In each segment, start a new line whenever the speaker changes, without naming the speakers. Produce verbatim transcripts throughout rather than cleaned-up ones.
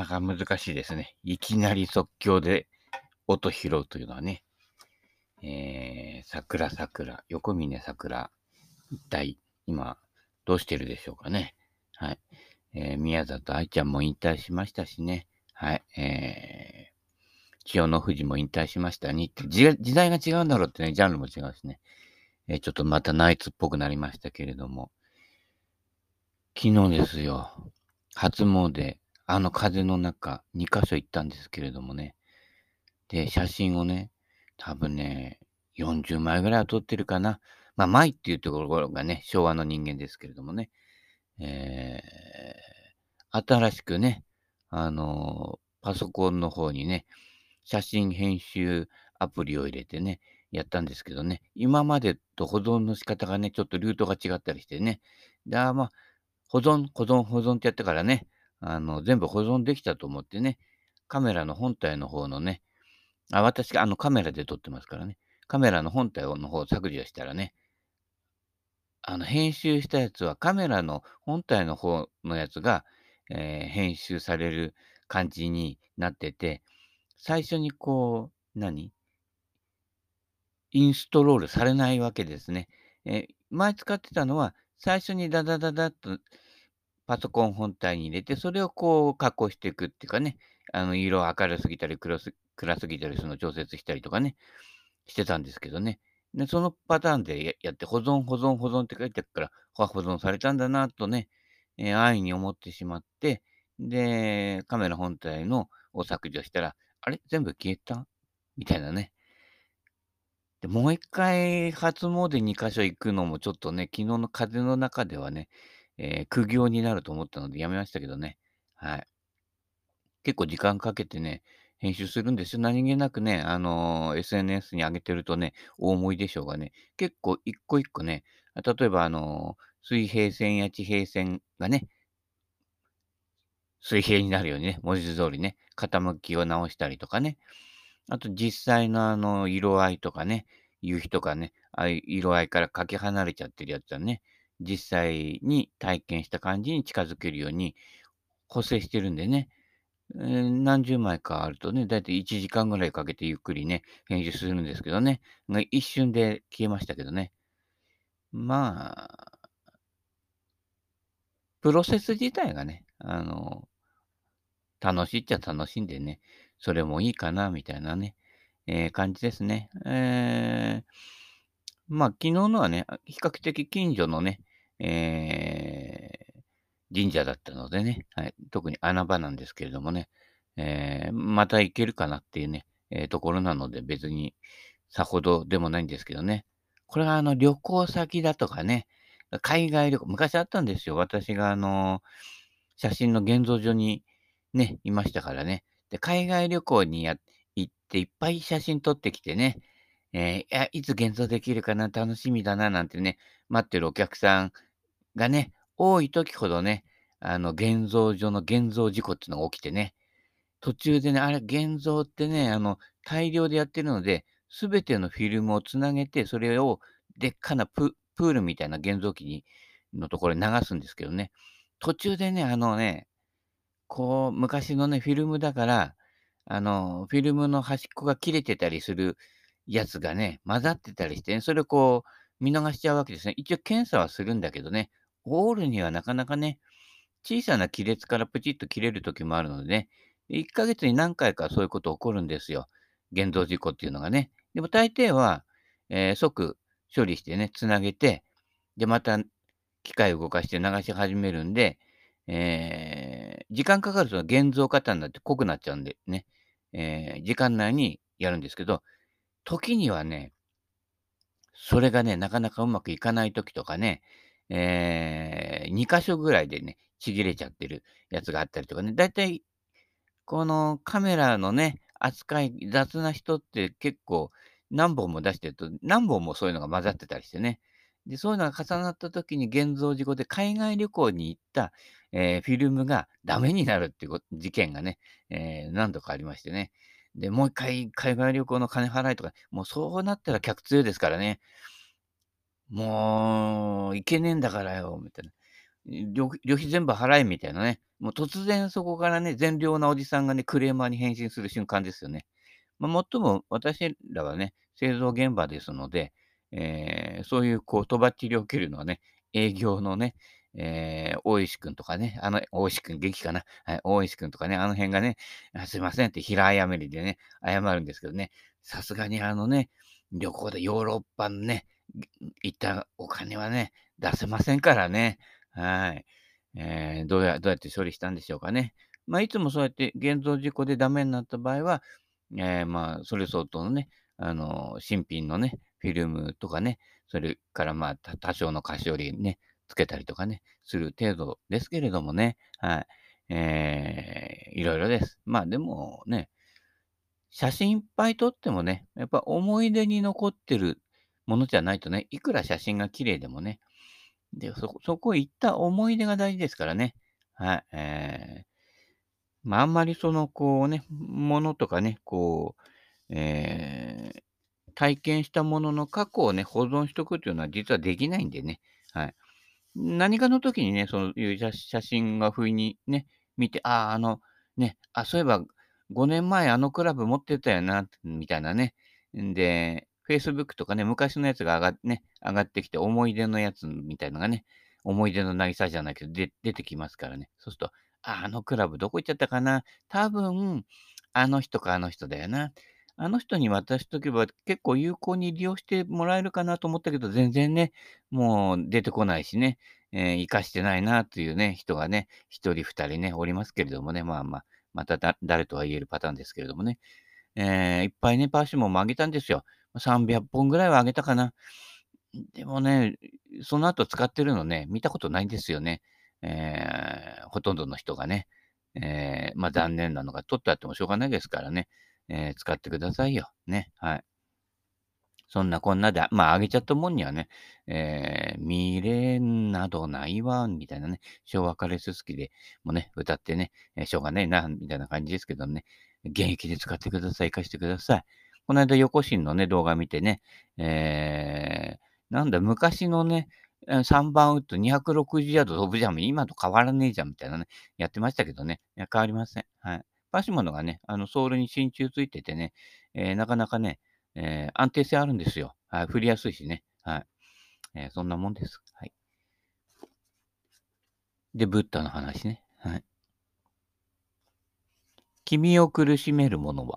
なか難しいですね。いきなり即興で音拾うというのはね。えー、桜桜、横峯さくら、一体今どうしてるでしょうかね。はい。えー、宮里藍ちゃんも引退しましたしね。はい。えー、千代の富士も引退しましたにって時、時代が違うんだろうってね、ジャンルも違うしね。えー、ちょっとまたナイツっぽくなりましたけれども。昨日ですよ。初詣、あの風の中、にカ所行ったんですけれどもね。で、写真をね、多分ね、よんじゅうまいぐらいは撮ってるかな。まあ、枚っていうところがね、昭和の人間ですけれどもね。えー、新しくね、あの、パソコンの方にね、写真編集アプリを入れてね、やったんですけどね、今までと保存の仕方がね、ちょっとルートが違ったりしてね。で、あ、まあ、保存、保存、保存ってやったからね、あの、全部保存できたと思ってね、カメラの本体の方のね、あ、私があのカメラで撮ってますからね、カメラの本体の方を削除したらね、あの編集したやつはカメラの本体の方のやつが、えー編集される感じになってて、最初にこう、何インストロールされないわけですね。え、前使ってたのは、最初にダダダダッとパソコン本体に入れて、それをこう加工していくっていうかね、あの色明るすぎたり黒す暗すぎたりするのを調節したりとかね、してたんですけどね。で、そのパターンでややって保存、保存、保存って書いてあるから、あ、保存されたんだなとね、えー安易に思ってしまって、で、カメラ本体のを削除したら、あれ全部消えたみたいなね。で、もう一回初詣に箇所行くのもちょっとね、昨日の風の中ではね、えー苦行になると思ったのでやめましたけどね。はい。結構時間かけてね、編集するんですよ。何気なくね、あの、エスエヌエス に上げてるとね、大思いでしょうがね、結構一個一個ね、あ例えばあの、水平線や地平線がね、水平になるようにね、文字通りね、傾きを直したりとかね、あと実際のあの、色合いとかね、夕日とかね、ああいう色合いからかけ離れちゃってるやつはね、実際に体験した感じに近づけるように補正してるんでね、えー何十枚かあるとね、だいたいいちじかんぐらいかけてゆっくりね、編集するんですけどね、が一瞬で消えましたけどね。まあ、プロセス自体がね、あの、楽しいっちゃ楽しいんでね、それもいいかなみたいなね、えー感じですね。えーまあ、昨日のはね、あ比較的近所のね、えー神社だったのでね、はい、特に穴場なんですけれどもね、えーまた行けるかなっていうね、えーところなので、別にさほどでもないんですけどね。これはあの旅行先だとかね、海外旅行、昔あったんですよ。私があの、写真の現像所にね、いましたからね。で、海外旅行にや行っていっぱい写真撮ってきてね、えーいや、いつ現像できるかな、楽しみだななんてね、待ってるお客さんがね、多い時ほどね、あの、現像所の現像事故っていうのが起きてね、途中でね、あれ、現像ってね、あの、大量でやってるので、すべてのフィルムをつなげて、それをでっかなププールみたいな現像機にのところに流すんですけどね、途中でね、あのね、こう、昔のね、フィルムだから、あの、フィルムの端っこが切れてたりするやつがね、混ざってたりしてね、それをこう、見逃しちゃうわけですね。一応検査はするんだけどね、オールにはなかなかね、小さな亀裂からプチッと切れる時もあるのでね、いっかげつに何回かそういうこと起こるんですよ。現像事故っていうのがね。でも大抵は、えー即処理してね、つなげて、で、また機械を動かして流し始めるんで、えー時間かかると現像過程になって濃くなっちゃうんでね、えー時間内にやるんですけど、時にはね、それがね、なかなかうまくいかない時とかね、えーに箇所ぐらいでね、ちぎれちゃってるやつがあったりとかね、だいたいこのカメラのね、扱い雑な人って結構何本も出してると、何本もそういうのが混ざってたりしてね。で、そういうのが重なった時に現像事故で海外旅行に行った、えーフィルムがダメになるっていうこ事件がね、えー何度かありましてね。で、もう一回海外旅行の金払いとか、もうそうなったら客強いですからね。もう、いけねえんだからよ、みたいな。 旅旅費全部払えみたいなね、もう突然そこからね、善良なおじさんがね、クレーマーに変身する瞬間ですよね。まあ、もっとも私らはね、製造現場ですので、えーそういうこう、とばっちりを受けるのはね、営業のね、えー大石くんとかね、あの、大石くん元気かな、はい、大石くんとかね、あの辺がね、あ、すいませんって平謝りでね、謝るんですけどね、さすがにあのね、旅行でヨーロッパのね、行ったお金はね、出せませんからね。はい。えーどうやどうやって処理したんでしょうかね。まあ、いつもそうやって現像事故でダメになった場合は、ええ、まあ、それ相当のね、あの、新品のね、フィルムとかね、それから、まあ、た多少の菓子折りね、つけたりとかね、する程度ですけれどもね、はい。ええ、いろいろです。まあ、でもね、写真いっぱい撮ってもね、やっぱ思い出に残ってるものじゃないとね、いくら写真が綺麗でもね、で、そこそこ行った思い出が大事ですからね。はい。ええ、まあ、あんまりその、こうね、ものとかね、こう、ええ、体験したものの過去をね、保存しとくっていうのは実はできないんでね。はい。何かの時にね、そういう写写真が不意にね、見て、ああ、あの、ね、あ、そういえばごねんまえあのクラブ持ってたよな、みたいなね。んで、Facebook とかね、昔のやつが上がね、上がってきて、思い出のやつみたいのがね、思い出の渚じゃないけど、で出てきますからね。そうすると、あ、あのクラブどこ行っちゃったかな。多分、あの人かあの人だよな。あの人に渡しとけば結構有効に利用してもらえるかなと思ったけど、全然ね、もう出てこないしね。えー活かしてないなというね、人がね、一人二人ね、おりますけれどもね、まあまあ、まただ誰とは言えるパターンですけれどもね。えーいっぱいね、パーシモンもあげたんですよ。さんびゃっぽんぐらいはあげたかな。でもね、その後使ってるのね、見たことないんですよね。えーほとんどの人がね。えーまあ残念なのが、取ってあってもしょうがないですからね。えー使ってくださいよ。ね。はい。そんなこんなで、まあ、あげちゃったもんにはね、えー未練などないわ、みたいなね、昭和カレース好きでもね、歌ってね、えーしょうがないな、みたいな感じですけどね、現役で使ってください、活かしてください。この間、横新のね、動画見てね、えー、なんだ、昔のね、えーさんばんウッドにひゃくろくじゅうヤード飛ぶじゃん、今と変わらねえじゃん、みたいなね、やってましたけどね、いや変わりません。はい。パシモノがね、あの、ソールに真鍮ついててね、えーなかなかね、えー安定性あるんですよ。はい、振りやすいしね。はい。えーそんなもんです。はい。で、ブッダの話ね。はい。君を苦しめるものは、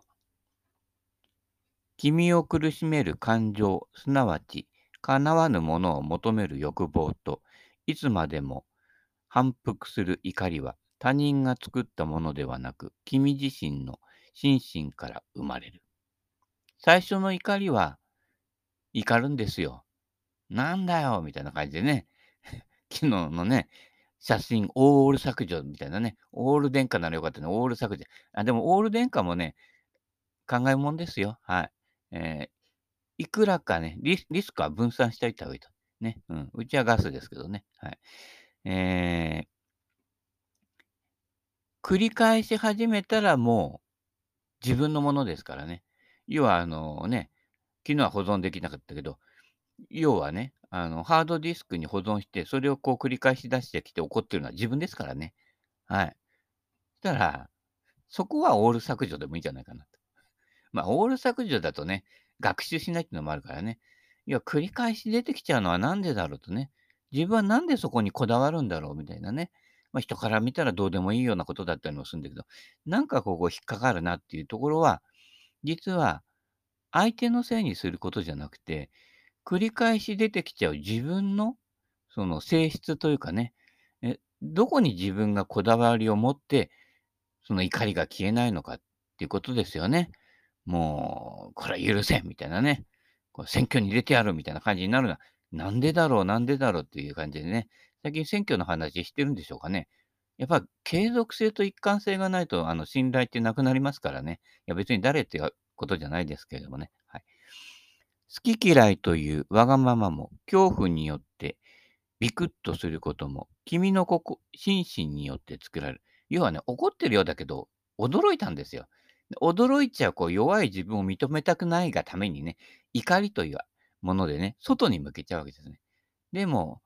君を苦しめる感情、すなわち、叶わぬものを求める欲望と、いつまでも反復する怒りは、他人が作ったものではなく、君自身の心身から生まれる。最初の怒りは、怒るんですよ。なんだよみたいな感じでね。昨日のね、写真オール削除みたいなね、オール電化ならよかったね、オール削除。あ、でもオール電化もね、考えもんですよ。はい。えーいくらかね、リスリスクは分散しておいた方がいいと。ね。うん。うちはガスですけどね。はい。えー繰り返し始めたらもう自分のものですからね。要はあのね、昨日は保存できなかったけど、要はね、あの、ハードディスクに保存して、それをこう繰り返し出してきて怒ってるのは自分ですからね。はい。そしたら、そこはオール削除でもいいんじゃないかなと。まあ、オール削除だとね、学習しないっていうのもあるからね。いや、繰り返し出てきちゃうのはなんでだろうとね。自分はなんでそこにこだわるんだろうみたいなね。まあ、人から見たらどうでもいいようなことだったりもするんだけど、なんかここ引っかかるなっていうところは、実は相手のせいにすることじゃなくて、繰り返し出てきちゃう自分のその性質というかね、え、どこに自分がこだわりを持ってその怒りが消えないのかっていうことですよね。もう、これは許せんみたいなね。こう選挙に入れてやるみたいな感じになるな。なんでだろう、なんでだろうっていう感じでね。最近選挙の話してるんでしょうかね。やっぱ継続性と一貫性がないと、あの、信頼ってなくなりますからね。いや、別に誰っていうことじゃないですけれどもね。はい。好き嫌いというわがままも恐怖によってビクッとすることも、君のここ心身によって作られる。要はね、怒ってるようだけど、驚いたんですよ。驚いちゃう、こう、弱い自分を認めたくないがためにね、怒りというものでね、外に向けちゃうわけですね。でも、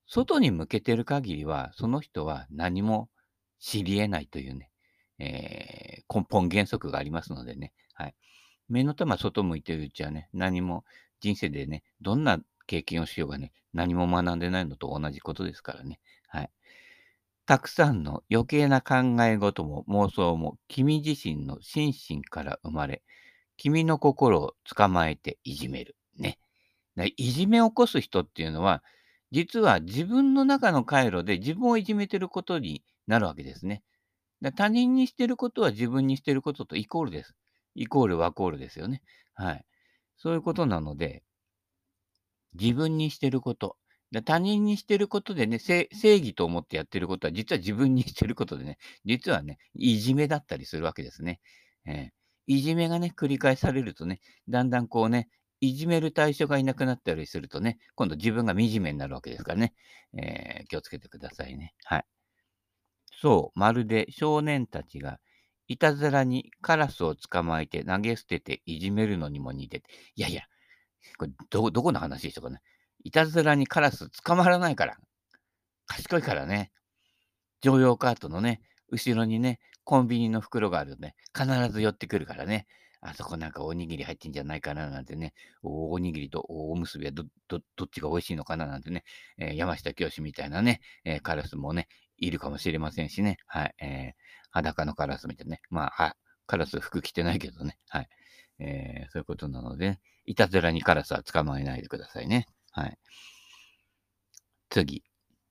外に向けてる限りは、その人は何も知り得ないというね、えー根本原則がありますのでね。はい。目の玉外向いてるうちはね、何も人生でね、どんな経験をしようがね、何も学んでないのと同じことですからね。はい。たくさんの余計な考え事も妄想も君自身の心身から生まれ、君の心を捕まえていじめる。ね。だいじめを起こす人っていうのは、実は自分の中の回路で自分をいじめてることになるわけですね。だ他人にしてることは自分にしてることとイコールです。イコールワコールですよね。はい。そういうことなので、自分にしてること。で他人にしてることでね、正正義と思ってやってることは、実は自分にしてることでね、実はね、いじめだったりするわけですね。ええ。いじめがね、繰り返されるとね、だんだんこうね、いじめる対象がいなくなったりするとね、今度自分が惨めになるわけですからね。えー気をつけてくださいね。はい。そう、まるで少年たちがいたずらにカラスを捕まえて投げ捨てていじめるのにも似てて、いやいや、これどどこの話でしょうかね。いたずらにカラス捕まらないから。賢いからね。乗用カートのね、後ろにね、コンビニの袋があるとね、必ず寄ってくるからね。あそこなんかおにぎり入ってんじゃないかななんてね、おおにぎりとおむすびはどどどっちが美味しいのかななんてね、えー山下清みたいなね、えーカラスもね、いるかもしれませんしね。はい。えー裸のカラスみたいなね。まあ、はカラス服着てないけどね。はい。えーそういうことなので、いたずらにカラスは捕まえないでくださいね。はい。次。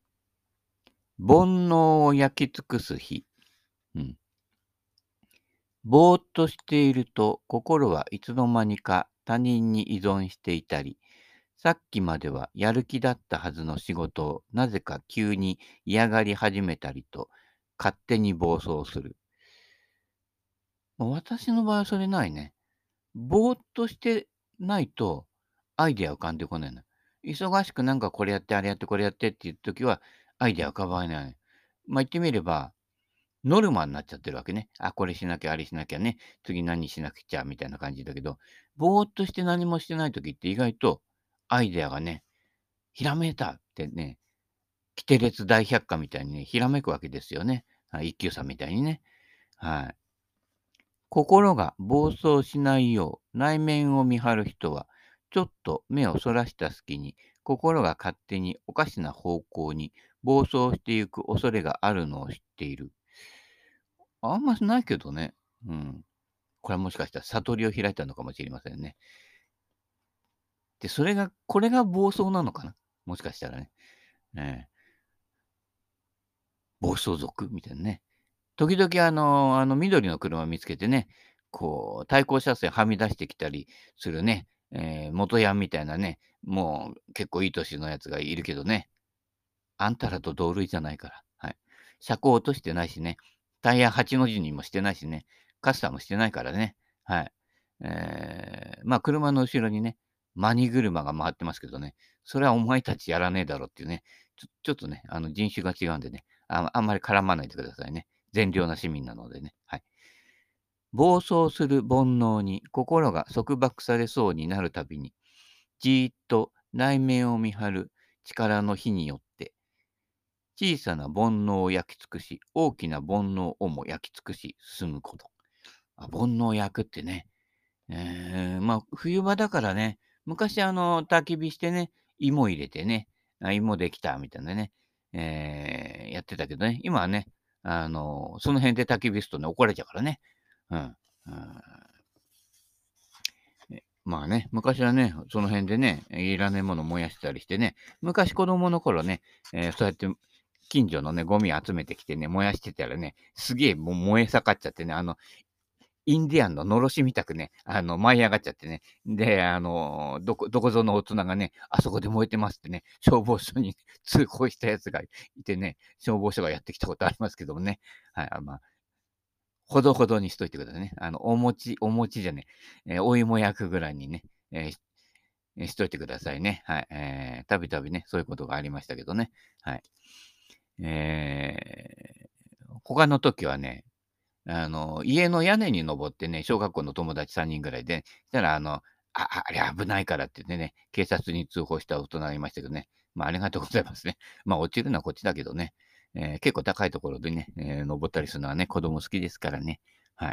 煩悩を焼き尽くす日。うん。ぼーっとしていると心はいつの間にか他人に依存していたり、さっきまではやる気だったはずの仕事をなぜか急に嫌がり始めたりと勝手に暴走する。まあ私の場合はそれないね。ぼーっとしてないとアイデア浮かんでこないの。忙しくなんかこれやってあれやってこれやってっていう時はアイデア浮かばない。まあ言ってみれば、ノルマになっちゃってるわけね。あ、これしなきゃ、あれしなきゃね、次何しなくちゃみたいな感じだけど、ぼーっとして何もしてない時って意外とアイデアがね、ひらめいたってね、キテレツ大百科みたいにね、ひらめくわけですよね。はい、一休さんみたいにね。はい。心が暴走しないよう内面を見張る人は、ちょっと目をそらした隙に、心が勝手におかしな方向に暴走していく恐れがあるのを知っている。あんまないけどね。うん。これはもしかしたら悟りを開いたのかもしれませんね。で、それが、これが暴走なのかな、もしかしたらね。ええ、暴走族みたいなね。時々あのあの緑の車を見つけてね、こう対向車線はみ出してきたりするね、えー元ヤンみたいなね、もう結構いい年のやつがいるけどね、あんたらと同類じゃないから。はい。車高落としてないしね、タイヤはちの字にもしてないしね、カスタムしてないからね。はい。えー、まあ、車の後ろにね、マニ車が回ってますけどね、それはお前たちやらねえだろっていうね、ちょちょっとね、あの人種が違うんでね、ああんまり絡まないでくださいね。善良な市民なのでね。はい。暴走する煩悩に心が束縛されそうになるたびに、じーっと内面を見張る力の火によって、小さな煩悩を焼き尽くし、大きな煩悩をも焼き尽くし、進むこと。あ、煩悩を焼くってね。ええ、まあ、冬場だからね、昔あの、焚き火してね、芋入れてね、あ、芋できたみたいなね、ええ、やってたけどね、今はね、あの、その辺で焚き火するとね、怒られちゃうからね。うん。うん、え、まあね、昔はね、その辺でね、いらねえもの燃やしたりしてね、昔子供の頃ね、えーそうやって近所のね、ゴミ集めてきてね、燃やしてたらね、すげえもう燃え盛っちゃってね、あの、インディアンののろしみたくね、あの、舞い上がっちゃってね。で、あの、どこどこぞの大人がね、あそこで燃えてますってね、消防署に通報したやつがいてね、消防署がやってきたことありますけどもね。はい、あ、まあ、ほどほどにしといてくださいね。あの、お餅お餅じゃねえ、え、お芋焼くぐらいにね、え、しえ、しといてくださいね。はい。えーたびたびね、そういうことがありましたけどね。はい。えー他の時はね、あの、家の屋根に登ってね、小学校の友達さんにんぐらいで、したら、あの、あああれ危ないからって言ってね、警察に通報した大人がいましたけどね。 まあ、ありがとうございますね。まあ、落ちるのはこっちだけどね。えー結構高いところでね、えー登ったりするのはね、子供好きですからね。はい。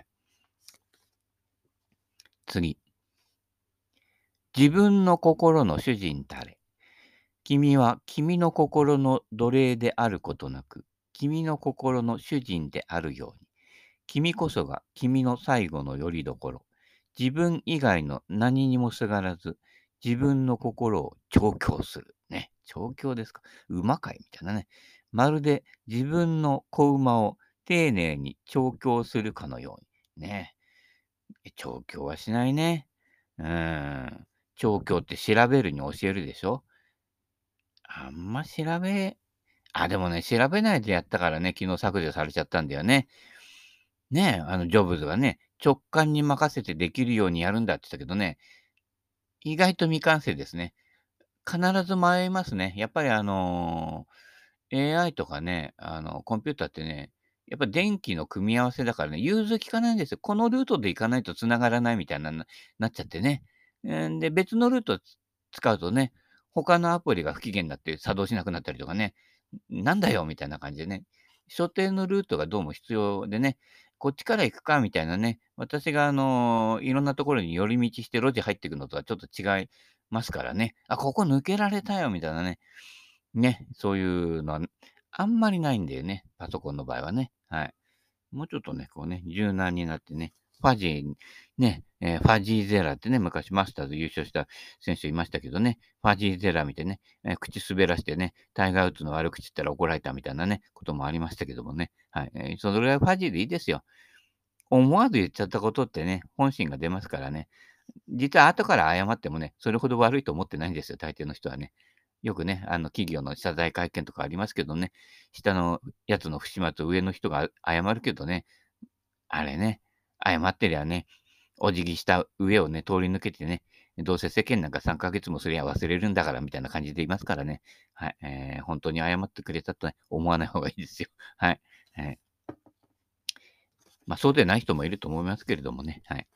次。自分の心の主人たれ。君は君の心の奴隷であることなく、君の心の主人であるように。君こそが君の最後の拠り所。自分以外の何にもすがらず、自分の心を調教する。ね。調教ですか。馬飼いみたいなね。まるで自分の子馬を丁寧に調教するかのように。ね。調教はしないね。うーん。調教って調べるに教えるでしょ。あんま調べ、あ、でもね、調べないでやったからね、昨日削除されちゃったんだよね。ねえ、あのジョブズがね、直感に任せてできるようにやるんだって言ったけどね、意外と未完成ですね。必ず迷いますね。やっぱりあの、エーアイ とかね、あの、コンピューターってね、やっぱ電気の組み合わせだからね、融通きかないんですよ。このルートで行かないと繋がらないみたいなななっちゃってね。えんで、別のルートつ使うとね、他のアプリが不機嫌になって作動しなくなったりとかね、なんだよみたいな感じでね、所定のルートがどうも必要でね、こっちから行くかみたいなね、私があの、いろんなところに寄り道して路地入っていくのとはちょっと違いますからね。あ、ここ抜けられたよみたいなね。ね、そういうのはあんまりないんだよね、パソコンの場合はね。はい。もうちょっとね、こうね、柔軟になってね、ファジー、ね、えーファジーゼラってね、昔マスターズ優勝した選手いましたけどね、ファジーゼラ見てね、えー口滑らしてね、タイガー・ウッズの悪口言ったら怒られたみたいなね、こともありましたけどもね。はい。えーそれぐらいファジーでいいですよ。思わず言っちゃったことってね、本心が出ますからね。実は後から謝ってもね、それほど悪いと思ってないんですよ、大抵の人はね。よくね、あの企業の謝罪会見とかありますけどね、下のやつの不始末を上の人が謝るけどね、あれね、謝ってりゃね、お辞儀した上をね、通り抜けてね、どうせ世間なんかさんかげつもすりゃ忘れるんだからみたいな感じでいますからね。はい。えー、本当に謝ってくれたとね、思わない方がいいですよ。はい。はい。まあ、そうでない人もいると思いますけれどもね。はい。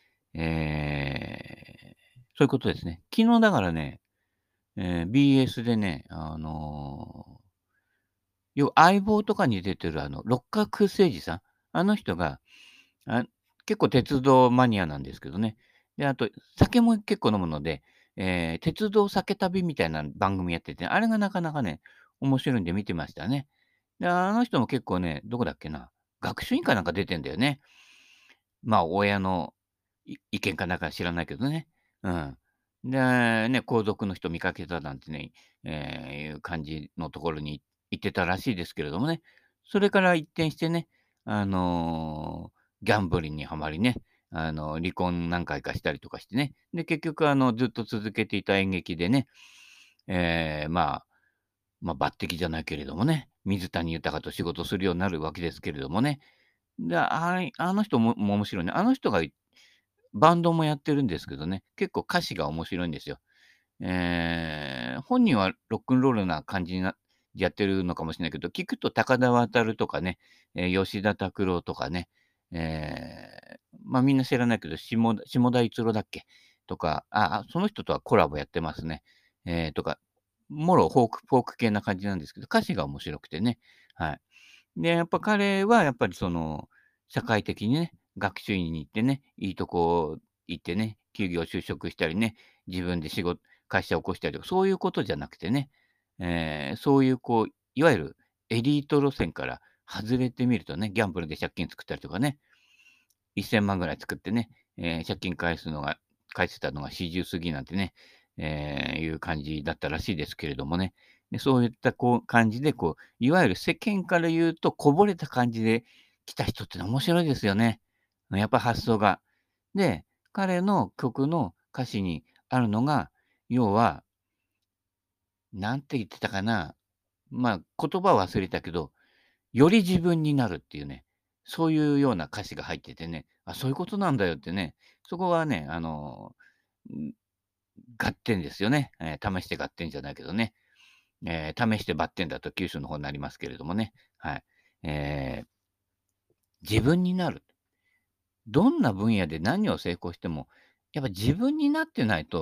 えー、そういうことですね。昨日だからね、えー ビーエス でね、あの、要は相棒とかに出てるあの、六角精児さん、あの人が、あ、結構鉄道マニアなんですけどね。で、あと酒も結構飲むので、えー鉄道酒旅みたいな番組やってて、あれがなかなかね、面白いんで見てましたね。で、あの人も結構ね、どこだっけな、学習院かなんか出てんだよね。まあ、親のい意見かなんか知らないけどね。うん。で、ね、皇族の人見かけたなんてね、えーいう感じのところに行ってたらしいですけれどもね。それから一転してね、あの、ギャンブルにはまりね、あの、離婚何回かしたりとかしてね。で、結局あの、ずっと続けていた演劇でね、えーまあ、まあ、抜擢じゃないけれどもね、水谷豊と仕事するようになるわけですけれどもね。で、あいあの人もも面白いね。あの人がバンドもやってるんですけどね、結構歌詞が面白いんですよ。えー本人はロックンロールな感じになやってるのかもしれないけど、聞くと高田渡とかね、えー吉田拓郎とかね、えーまあ、みんな知らないけど、下田下田逸郎だっけとか、ああ、その人とはコラボやってますね。えーとか、もろフォークフォーク系な感じなんですけど、歌詞が面白くてね。はい。で、やっぱ彼はやっぱりその、社会的にね、学習院に行ってね、いいとこ行ってね、企業就職したりね、自分で仕事会社を起こしたりとか、そういうことじゃなくてね、えーそういうこう、いわゆるエリート路線から外れてみるとね、ギャンブルで借金作ったりとかね、せんまんぐらい作ってね、えー借金返すのが返せたのがよんじゅう過ぎなんてね、えーいう感じだったらしいですけれどもね。で、そういったこう感じで、こう、いわゆる世間から言うとこぼれた感じで来た人ってのは面白いですよね。やっぱ発想が。で、彼の曲の歌詞にあるのが、要は、なんて言ってたかな、まあ、言葉は忘れたけど、より自分になるっていうね、そういうような歌詞が入っててね、あ、そういうことなんだよってね、そこはね、あの、ん、合点ですよね。えー試して合点じゃないけどね。えー試してバッテンだと九州の方になりますけれどもね。はい。えー自分になる。どんな分野で何を成功しても、やっぱ自分になってないと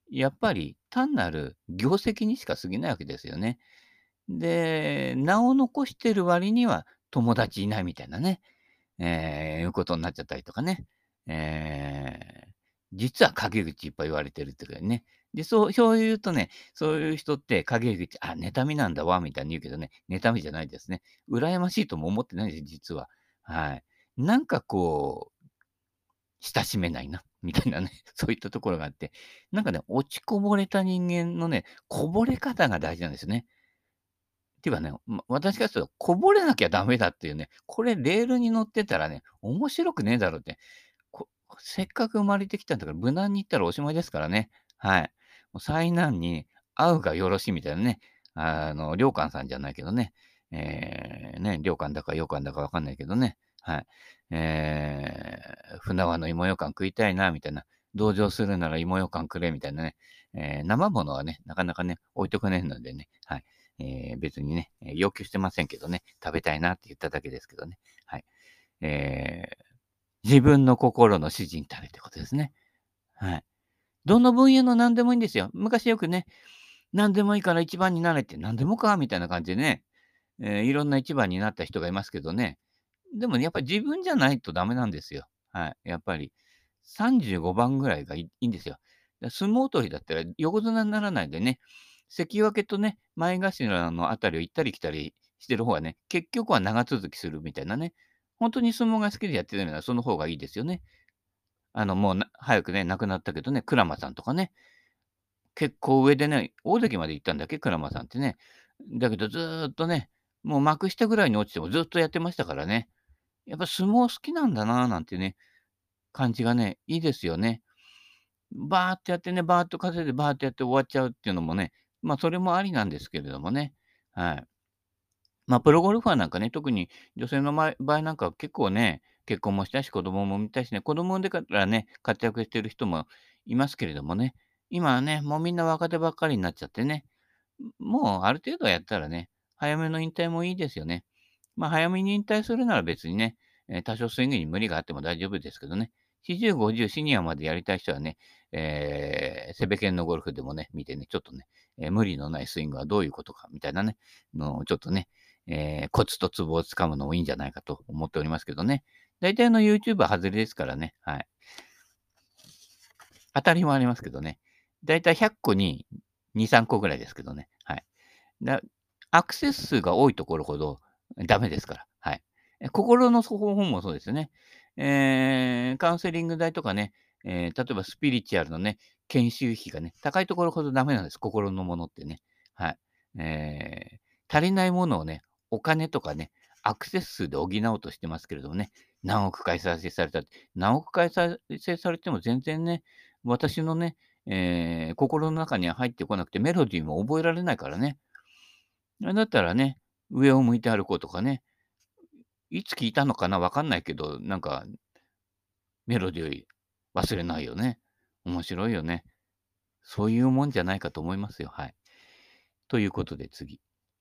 やっぱり単なる業績にしか過ぎないわけですよね。で、名を残してる割には友達いないみたいなね、ええ、いうことになっちゃったりとかね。ええ、実は陰口いっぱい言われてるってかね。で、そうそう言うとね、そういう人って陰口、あ、妬みなんだわみたいに言うけどね、妬みじゃないですね。羨ましいとも思ってないです、実は。はい。なんかこう親しめないな、みたいなね、そういったところがあって、なんかね、落ちこぼれた人間のね、こぼれ方が大事なんですよね。っていうかね、ま、私からすると、こぼれなきゃダメだっていうね、これレールに乗ってたらね、面白くねえだろって。こせっかく生まれてきたんだから、無難に行ったらおしまいですからね。はい。もう災難に遭うがよろしいみたいなね、あの、良寛さんじゃないけどね、ええ、ね、良寛だか羊羹だかわかんないけどね、はい。ええ、船輪の芋ようかん食いたいなみたいな、同情するなら芋ようかんくれみたいなね、ええ、生ものはね、なかなかね、置いとくねえのでね、はい。ええ、別にね、え、要求してませんけどね、食べたいなって言っただけですけどね。はい。ええ、自分の心の主人たれってことですね。はい。どの分野の何でもいいんですよ。昔よくね、何でもいいから一番になれって、何でもかみたいな感じでね、ええ、いろんな一番になった人がいますけどね。でもね、やっぱり自分じゃないとダメなんですよ。はい、やっぱり。さんじゅうごばんぐらいがいいいんですよ。だ相撲取りだったら横綱にならないでね、関脇とね、前頭のあたりを行ったり来たりしてる方がね、結局は長続きするみたいなね。ほんとに相撲が好きでやってるならその方がいいですよね。あの、もうな早くね、亡くなったけどね、鞍馬さんとかね、結構上でね、大関まで行ったんだっけ、鞍馬さんってね。だけどずっとね、もう幕下ぐらいに落ちてもずっとやってましたからね。やっぱ相撲好きなんだななんてね、感じがね、いいですよね。バーってやってね、バーっと稼いでバーってやって終わっちゃうっていうのもね、ま、それもありなんですけれどもね。はい。ま、プロゴルファーなんかね、特に女性のまい場合なんかは結構ね、結婚もしたし、子供も産みたいしね、子供産んでからね、活躍してる人もいますけれどもね、今はね、もうみんな若手ばっかりになっちゃってね、もうある程度やったらね、早めの引退もいいですよね。まあ、早めに引退するなら別にね、えー多少スイングに無理があっても大丈夫ですけどね。よんじゅう、ごじゅう、シニアまでやりたい人はね、えー、セベケンのゴルフでもね、見てね、ちょっとね、えー無理のないスイングはどういうことかみたいなね、のをちょっとね、えーコツとツボをつかむのもいいんじゃないかと思っておりますけどね。大体の YouTube は外れですからね。はい。当たりもありますけどね。だいたいひゃっこにに、さんこぐらいですけどね。はい。だアクセス数が多いところほどダメですから。はい。え、心のそ方もそうですよね。えーカウンセリング代とかね、えー例えばスピリチュアルのね、研修費がね、高いところほどダメなんです、心のものってね。はい。えー足りないものをね、お金とかね、アクセス数で補おうとしてますけれどもね、何億回再生されたって、何億回再生されても全然ね、私のね、えー心の中には入ってこなくて、メロディーも覚えられないからね。だったらね、上を向いて歩こうとかね、いつ聞いたのかな、わかんないけど、なんかメロディー忘れないよね。面白いよね。そういうもんじゃないかと思いますよ。はい。ということで次。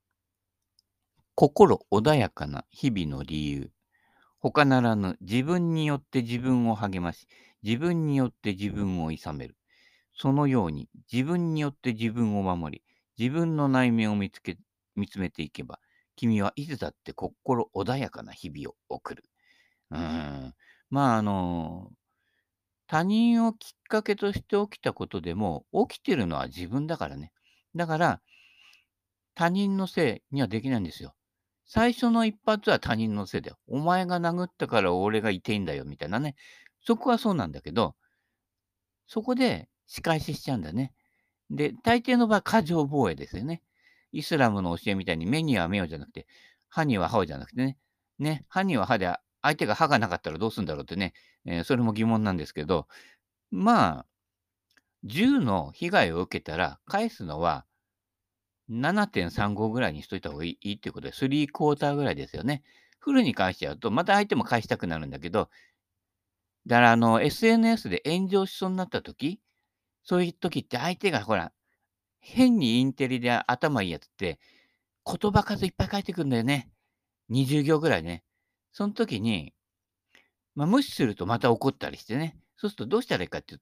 心穏やかな日々の理由。他ならぬ自分によって自分を励まし、自分によって自分を諌める。そのように自分によって自分を守り、自分の内面を見つけ見つめていけば、君はいつだって心穏やかな日々を送る。うーん。まあ、あの、他人をきっかけとして起きたことでも、起きてるのは自分だからね。だから、他人のせいにはできないんですよ。最初の一発は他人のせいだよ。お前が殴ったから俺がいていいんだよみたいなね。そこはそうなんだけど、そこで仕返ししちゃうんだね。で、大抵の場合、過剰防衛ですよね。イスラムの教えみたいに目には目をじゃなくて、歯には歯をじゃなくてね、ね、歯には歯で、相手が歯がなかったらどうするんだろうってね、えーそれも疑問なんですけど、まあ、銃の被害を受けたら、返すのはななてんさんごぐらいにしといた方がいいいいっていうことで、スリークォーターぐらいですよね。フルに返しちゃうと、また相手も返したくなるんだけど、だからあの、エスエヌエス で炎上しそうになった時、そういう時って相手がほら、変にインテリで頭いいやつって、言葉数いっぱい返ってくるんだよね。にじゅう行ぐらいね。その時に、まあ、無視するとまた怒ったりしてね。そうするとどうしたらいいかっていうと、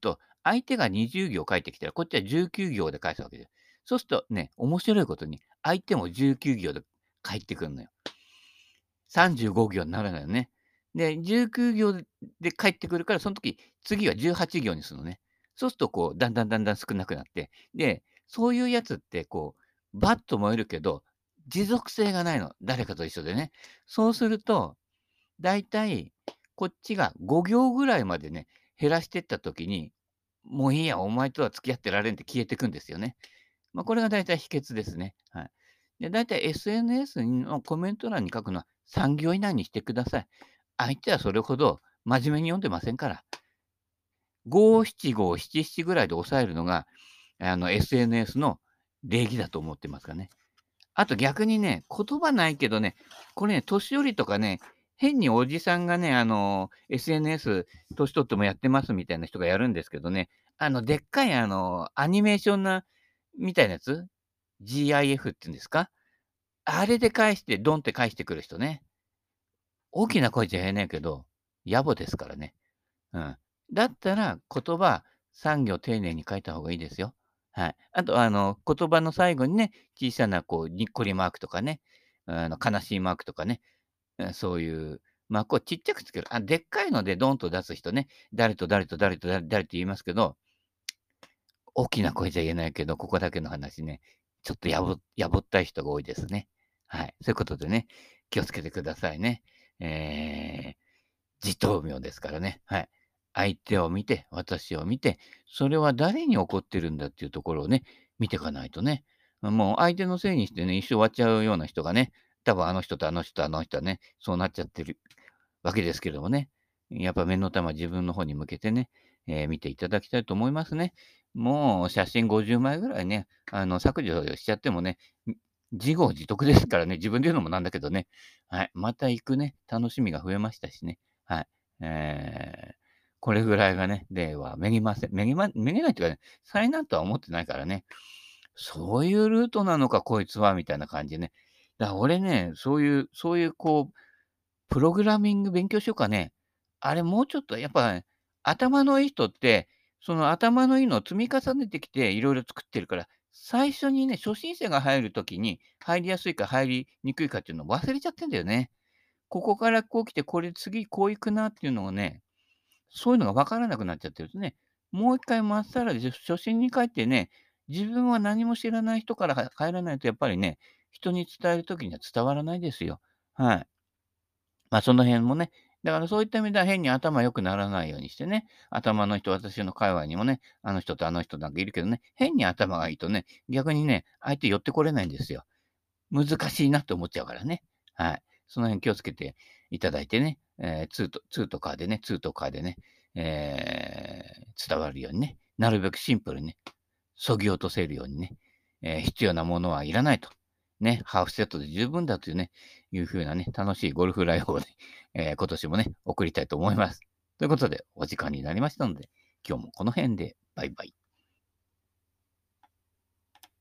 相手がにじゅう行返ってきたら、こっちはじゅうきゅう行で返すわけです。そうするとね、面白いことに、相手もじゅうきゅう行で返ってくるのよ。さんじゅうご行にならないよね。で、じゅうきゅう行でで返ってくるから、その時、次はじゅうはち行にするのね。そうするとこう、だんだんだんだん少なくなって、で、そういうやつってこう、バッと燃えるけど、持続性がないの、誰かと一緒でね。そうすると、だいたいこっちがご行ぐらいまでね、減らしてった時に、もういいや、お前とは付き合ってられんって消えてくんですよね。まあ、これがだいたい秘訣ですね。はい。で、だいたい エスエヌエス のコメント欄に書くのはさん行以内にしてください。相手はそれほど真面目に読んでませんから。ご七五七七ぐらいで抑えるのが、あの、エスエヌエス の礼儀だと思ってますからね。あと逆にね、言葉ないけどね、これね、年寄りとかね、変におじさんがね、あの、エスエヌエス 年取ってもやってますみたいな人がやるんですけどね、あの、でっかいあの、アニメーションなみたいなやつ、ジーアイエフ っていうんですか？あれで返して、ドンって返してくる人ね。大きな声じゃ言えないけど、野暮ですからね。うん。だったら、言葉さん行丁寧に書いた方がいいですよ。はい。あと、あの、言葉の最後にね、小さなこう、にっこりマークとかね、あの、悲しいマークとかね、うん、そういうマークをちっちゃくつける。あ、でっかいのでドンと出す人ね、誰と誰と誰と誰誰と言いますけど、大きな声じゃ言えないけど、ここだけの話ね、ちょっとやぼやぼったい人が多いですね。はい。そういうことでね、気をつけてくださいね。えー自灯明ですからね。はい。相手を見て、私を見て、それは誰に起こってるんだっていうところをね、見ていかないとね。もう相手のせいにしてね、一生終わっちゃうような人がね、多分あの人とあの人とあの人はね、そうなっちゃってるわけですけどもね。やっぱ目の玉自分の方に向けてね、えー見ていただきたいと思いますね。もう写真ごじゅうまいぐらいね、あの削除しちゃってもね、自業自得ですからね、自分で言うのもなんだけどね。はい。また行くね、楽しみが増えましたしね。はい。えーこれぐらいがね、令和めげません。めげまめげないっていうかね、災難とは思ってないからね。そういうルートなのか、こいつはみたいな感じでね。だから俺ね、そういうそういうこう、プログラミング勉強しようかね。あれもうちょっとやっぱ、ね、頭のいい人って、その頭のいいのを積み重ねてきて、いろいろ作ってるから、最初にね、初心者が入る時に、入りやすいか入りにくいかっていうのを忘れちゃってんだよね。ここからこう来て、これ次こう行くなっていうのをね、そういうのが分からなくなっちゃってるとね、もう一回まっさらで初心に帰ってね、自分は何も知らない人からは入らないとやっぱりね、人に伝える時には伝わらないですよ。はい。ま、その辺もね、だからそういった意味では変に頭良くならないようにしてね、頭の人、私の界隈にもね、あの人とあの人なんかいるけどね、変に頭がいいとね、逆にね、相手寄ってこれないんですよ。難しいなって思っちゃうからね。はい。その辺気をつけていただいてね、えー、ツーとツーとカーでね、ツーとカーでね、えー伝わるようにね、なるべくシンプルにね、削ぎ落とせるようにね、えー必要なものはいらないと。ね、ハーフセットで十分だというね、いう風なね、楽しいゴルフライフをね、えー今年もね、送りたいと思います。ということで、お時間になりましたので、今日もこの辺で、バイバイ。